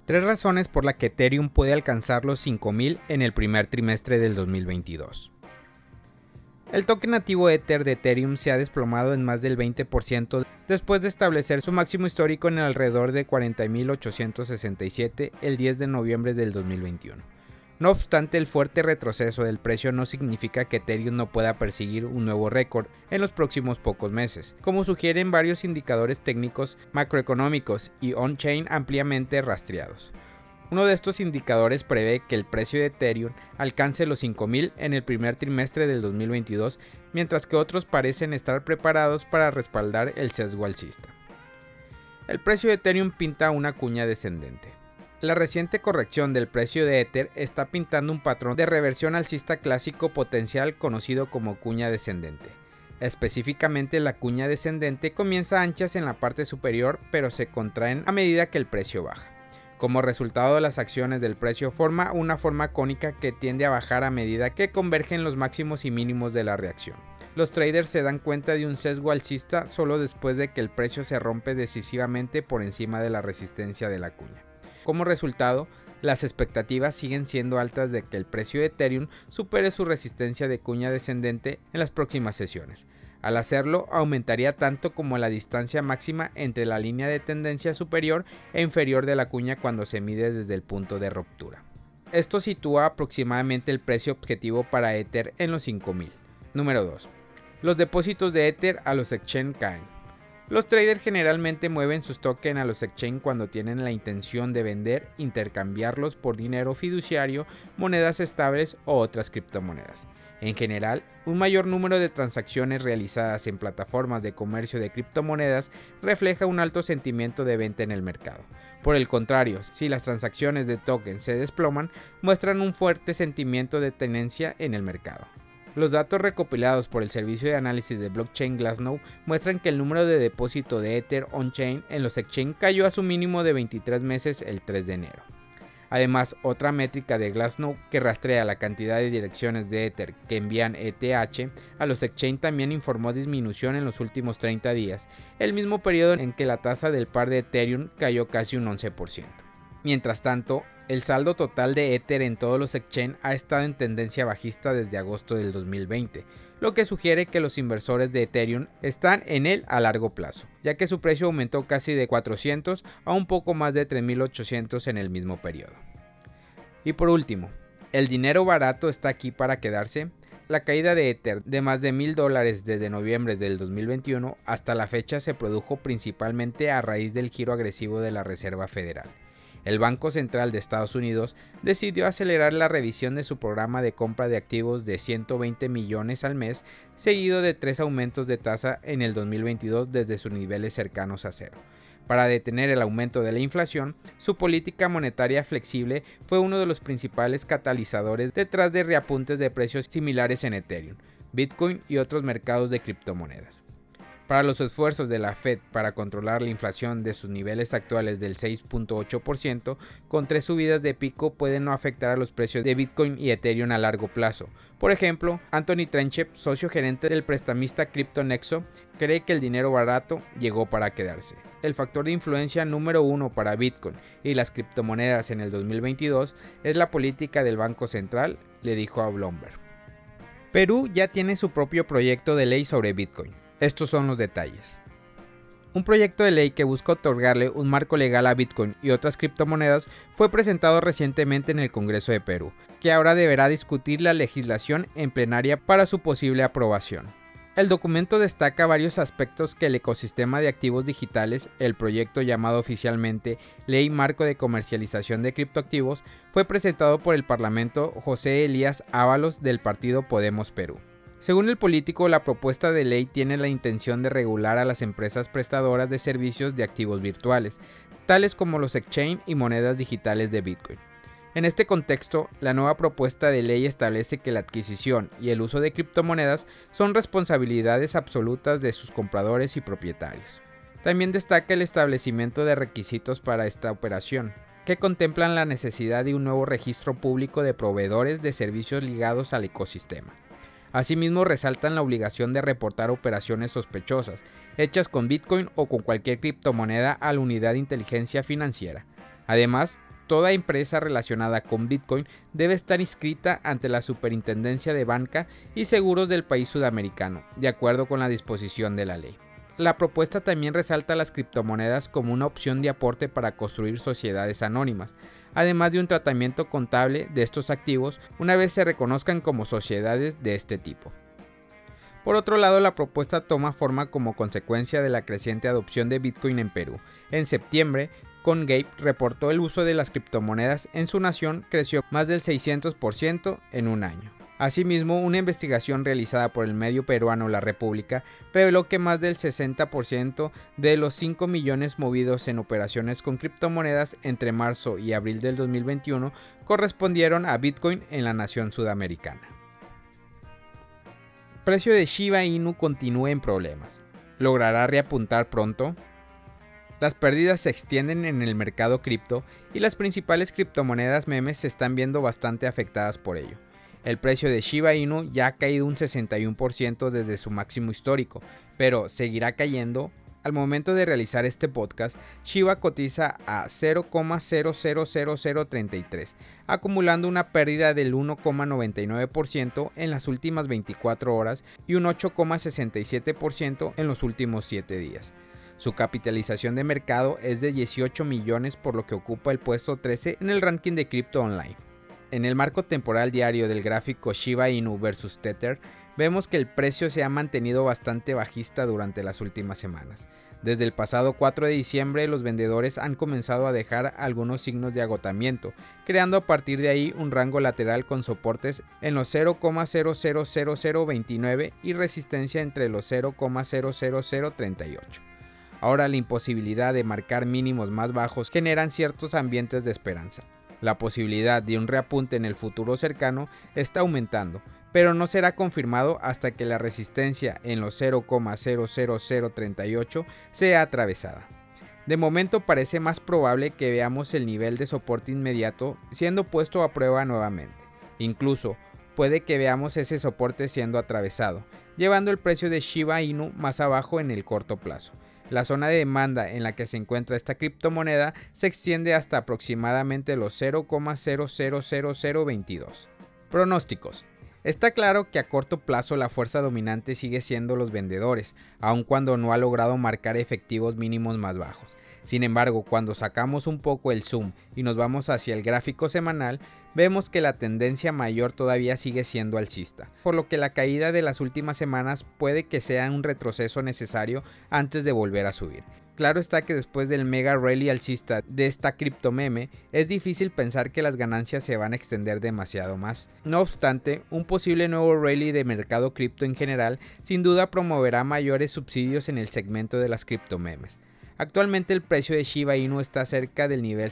Tres razones por las que Ethereum puede alcanzar los 5.000 en el primer trimestre del 2022. El token nativo Ether de Ethereum se ha desplomado en más del 20% después de establecer su máximo histórico en alrededor de 40.867 el 10 de noviembre del 2021. No obstante, el fuerte retroceso del precio no significa que Ethereum no pueda perseguir un nuevo récord en los próximos pocos meses, como sugieren varios indicadores técnicos macroeconómicos y on-chain ampliamente rastreados. Uno de estos indicadores prevé que el precio de Ethereum alcance los 5.000 en el primer trimestre del 2022, mientras que otros parecen estar preparados para respaldar el sesgo alcista. El precio de Ethereum pinta una cuña descendente. La reciente corrección del precio de Ether está pintando un patrón de reversión alcista clásico potencial conocido como cuña descendente. Específicamente, la cuña descendente comienza anchas en la parte superior, pero se contraen a medida que el precio baja. Como resultado, las acciones del precio forma una forma cónica que tiende a bajar a medida que convergen los máximos y mínimos de la reacción. Los traders se dan cuenta de un sesgo alcista solo después de que el precio se rompe decisivamente por encima de la resistencia de la cuña. Como resultado, las expectativas siguen siendo altas de que el precio de Ethereum supere su resistencia de cuña descendente en las próximas sesiones. Al hacerlo, aumentaría tanto como la distancia máxima entre la línea de tendencia superior e inferior de la cuña cuando se mide desde el punto de ruptura. Esto sitúa aproximadamente el precio objetivo para Ether en los 5.000. Número 2. Los depósitos de Ether a los exchange caen. Los traders generalmente mueven sus tokens a los exchange cuando tienen la intención de vender, intercambiarlos por dinero fiduciario, monedas estables o otras criptomonedas. En general, un mayor número de transacciones realizadas en plataformas de comercio de criptomonedas refleja un alto sentimiento de venta en el mercado. Por el contrario, si las transacciones de tokens se desploman, muestran un fuerte sentimiento de tenencia en el mercado. Los datos recopilados por el servicio de análisis de blockchain Glassnode muestran que el número de depósito de Ether on-chain en los exchange cayó a su mínimo de 23 meses el 3 de enero. Además, otra métrica de Glassnode que rastrea la cantidad de direcciones de Ether que envían ETH a los exchange también informó disminución en los últimos 30 días, el mismo periodo en que la tasa del par de Ethereum cayó casi un 11%. Mientras tanto, el saldo total de Ether en todos los exchange ha estado en tendencia bajista desde agosto del 2020, lo que sugiere que los inversores de Ethereum están en él a largo plazo, ya que su precio aumentó casi de 400 a un poco más de 3.800 en el mismo periodo. Y por último, ¿el dinero barato está aquí para quedarse? La caída de Ether de más de $1.000 desde noviembre del 2021 hasta la fecha se produjo principalmente a raíz del giro agresivo de la Reserva Federal. El Banco Central de Estados Unidos decidió acelerar la revisión de su programa de compra de activos de 120 millones al mes, seguido de 3 aumentos de tasa en el 2022 desde sus niveles cercanos a cero. Para detener el aumento de la inflación, su política monetaria flexible fue uno de los principales catalizadores detrás de reapuntes de precios similares en Ethereum, Bitcoin y otros mercados de criptomonedas. Para los esfuerzos de la Fed para controlar la inflación de sus niveles actuales del 6.8%, con 3 subidas de pico pueden no afectar a los precios de Bitcoin y Ethereum a largo plazo. Por ejemplo, Anthony Trenchep, socio gerente del prestamista CryptoNexo, cree que el dinero barato llegó para quedarse. El factor de influencia número 1 para Bitcoin y las criptomonedas en el 2022 es la política del Banco Central, le dijo a Bloomberg. Perú ya tiene su propio proyecto de ley sobre Bitcoin. Estos son los detalles. Un proyecto de ley que busca otorgarle un marco legal a Bitcoin y otras criptomonedas fue presentado recientemente en el Congreso de Perú, que ahora deberá discutir la legislación en plenaria para su posible aprobación. El documento destaca varios aspectos que el ecosistema de activos digitales, el proyecto llamado oficialmente Ley Marco de Comercialización de Criptoactivos, fue presentado por el Parlamento José Elías Ábalos del partido Podemos Perú. Según el político, la propuesta de ley tiene la intención de regular a las empresas prestadoras de servicios de activos virtuales, tales como los exchange y monedas digitales de Bitcoin. En este contexto, la nueva propuesta de ley establece que la adquisición y el uso de criptomonedas son responsabilidades absolutas de sus compradores y propietarios. También destaca el establecimiento de requisitos para esta operación, que contemplan la necesidad de un nuevo registro público de proveedores de servicios ligados al ecosistema. Asimismo, resaltan la obligación de reportar operaciones sospechosas, hechas con Bitcoin o con cualquier criptomoneda a la Unidad de Inteligencia Financiera. Además, toda empresa relacionada con Bitcoin debe estar inscrita ante la Superintendencia de Banca y Seguros del país sudamericano, de acuerdo con la disposición de la ley. La propuesta también resalta las criptomonedas como una opción de aporte para construir sociedades anónimas, además de un tratamiento contable de estos activos una vez se reconozcan como sociedades de este tipo. Por otro lado, la propuesta toma forma como consecuencia de la creciente adopción de Bitcoin en Perú. En septiembre, CoinGecko reportó el uso de las criptomonedas en su nación creció más del 600% en un año. Asimismo, una investigación realizada por el medio peruano La República reveló que más del 60% de los 5 millones movidos en operaciones con criptomonedas entre marzo y abril del 2021 correspondieron a Bitcoin en la nación sudamericana. El precio de Shiba Inu continúa en problemas. ¿Logrará reapuntar pronto? Las pérdidas se extienden en el mercado cripto y las principales criptomonedas memes se están viendo bastante afectadas por ello. El precio de Shiba Inu ya ha caído un 61% desde su máximo histórico, pero seguirá cayendo. Al momento de realizar este podcast, Shiba cotiza a 0,000033, acumulando una pérdida del 1,99% en las últimas 24 horas y un 8,67% en los últimos 7 días. Su capitalización de mercado es de 18 millones, por lo que ocupa el puesto 13 en el ranking de cripto online. En el marco temporal diario del gráfico Shiba Inu vs Tether, vemos que el precio se ha mantenido bastante bajista durante las últimas semanas. Desde el pasado 4 de diciembre, los vendedores han comenzado a dejar algunos signos de agotamiento, creando a partir de ahí un rango lateral con soportes en los 0,000029 y resistencia entre los 0,00038. Ahora la imposibilidad de marcar mínimos más bajos generan ciertos ambientes de esperanza. La posibilidad de un reapunte en el futuro cercano está aumentando, pero no será confirmado hasta que la resistencia en los 0,00038 sea atravesada. De momento parece más probable que veamos el nivel de soporte inmediato siendo puesto a prueba nuevamente. Incluso puede que veamos ese soporte siendo atravesado, llevando el precio de Shiba Inu más abajo en el corto plazo. La zona de demanda en la que se encuentra esta criptomoneda se extiende hasta aproximadamente los 0,000022. Pronósticos. Está claro que a corto plazo la fuerza dominante sigue siendo los vendedores, aun cuando no ha logrado marcar efectivos mínimos más bajos. Sin embargo, cuando sacamos un poco el zoom y nos vamos hacia el gráfico semanal, vemos que la tendencia mayor todavía sigue siendo alcista, por lo que la caída de las últimas semanas puede que sea un retroceso necesario antes de volver a subir. Claro está que después del mega rally alcista de esta criptomeme, es difícil pensar que las ganancias se van a extender demasiado más. No obstante, un posible nuevo rally de mercado cripto en general sin duda promoverá mayores subsidios en el segmento de las criptomemes. Actualmente el precio de Shiba Inu está cerca del nivel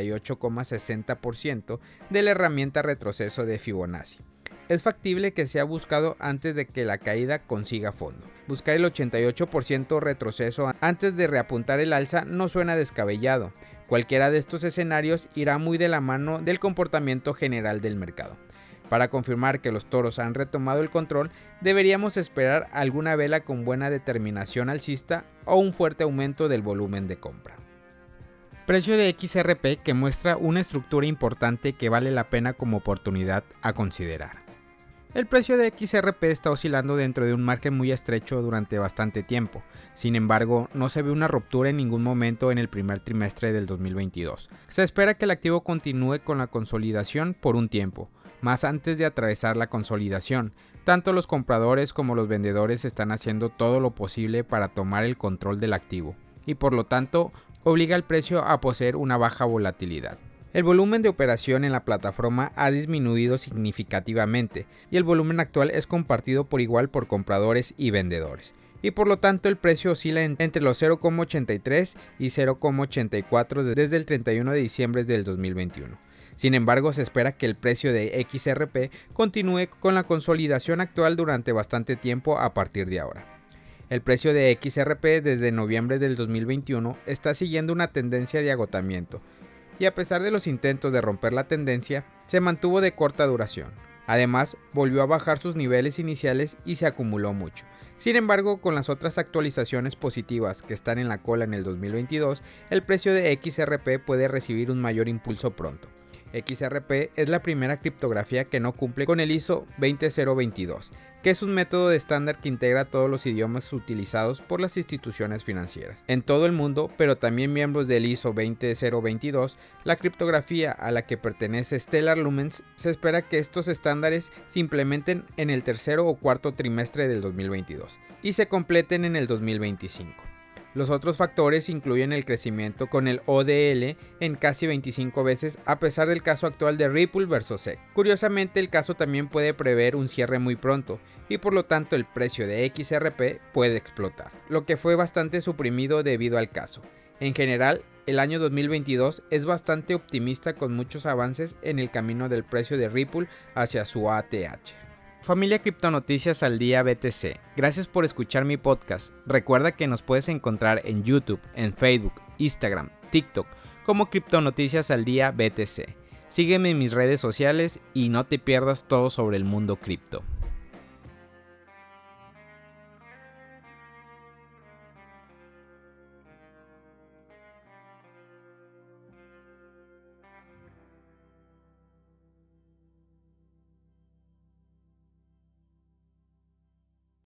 78,60% de la herramienta retroceso de Fibonacci. Es factible que sea buscado antes de que la caída consiga fondo. Buscar el 88% retroceso antes de reapuntar el alza no suena descabellado. Cualquiera de estos escenarios irá muy de la mano del comportamiento general del mercado. Para confirmar que los toros han retomado el control, deberíamos esperar alguna vela con buena determinación alcista o un fuerte aumento del volumen de compra. Precio de XRP que muestra una estructura importante que vale la pena como oportunidad a considerar. El precio de XRP está oscilando dentro de un margen muy estrecho durante bastante tiempo. Sin embargo, no se ve una ruptura en ningún momento en el primer trimestre del 2022. Se espera que el activo continúe con la consolidación por un tiempo, más antes de atravesar la consolidación. Tanto los compradores como los vendedores están haciendo todo lo posible para tomar el control del activo y por lo tanto obliga al precio a poseer una baja volatilidad. El volumen de operación en la plataforma ha disminuido significativamente y el volumen actual es compartido por igual por compradores y vendedores. Y por lo tanto el precio oscila entre los 0,83 y 0,84 desde el 31 de diciembre del 2021. Sin embargo, se espera que el precio de XRP continúe con la consolidación actual durante bastante tiempo a partir de ahora. El precio de XRP desde noviembre del 2021 está siguiendo una tendencia de agotamiento y a pesar de los intentos de romper la tendencia, se mantuvo de corta duración. Además, volvió a bajar sus niveles iniciales y se acumuló mucho. Sin embargo, con las otras actualizaciones positivas que están en la cola en el 2022, el precio de XRP puede recibir un mayor impulso pronto. XRP es la primera criptografía que no cumple con el ISO 20022, que es un método de estándar que integra todos los idiomas utilizados por las instituciones financieras en todo el mundo, pero también miembros del ISO 20022. La criptografía a la que pertenece Stellar Lumens se espera que estos estándares se implementen en el tercero o cuarto trimestre del 2022 y se completen en el 2025. Los otros factores incluyen el crecimiento con el ODL en casi 25 veces a pesar del caso actual de Ripple versus SEC. Curiosamente, el caso también puede prever un cierre muy pronto y por lo tanto el precio de XRP puede explotar, lo que fue bastante suprimido debido al caso. En general, el año 2022 es bastante optimista con muchos avances en el camino del precio de Ripple hacia su ATH. Familia Criptonoticias al Día BTC, gracias por escuchar mi podcast. Recuerda que nos puedes encontrar en YouTube, en Facebook, Instagram, TikTok como Criptonoticias al Día BTC. Sígueme en mis redes sociales y no te pierdas todo sobre el mundo cripto.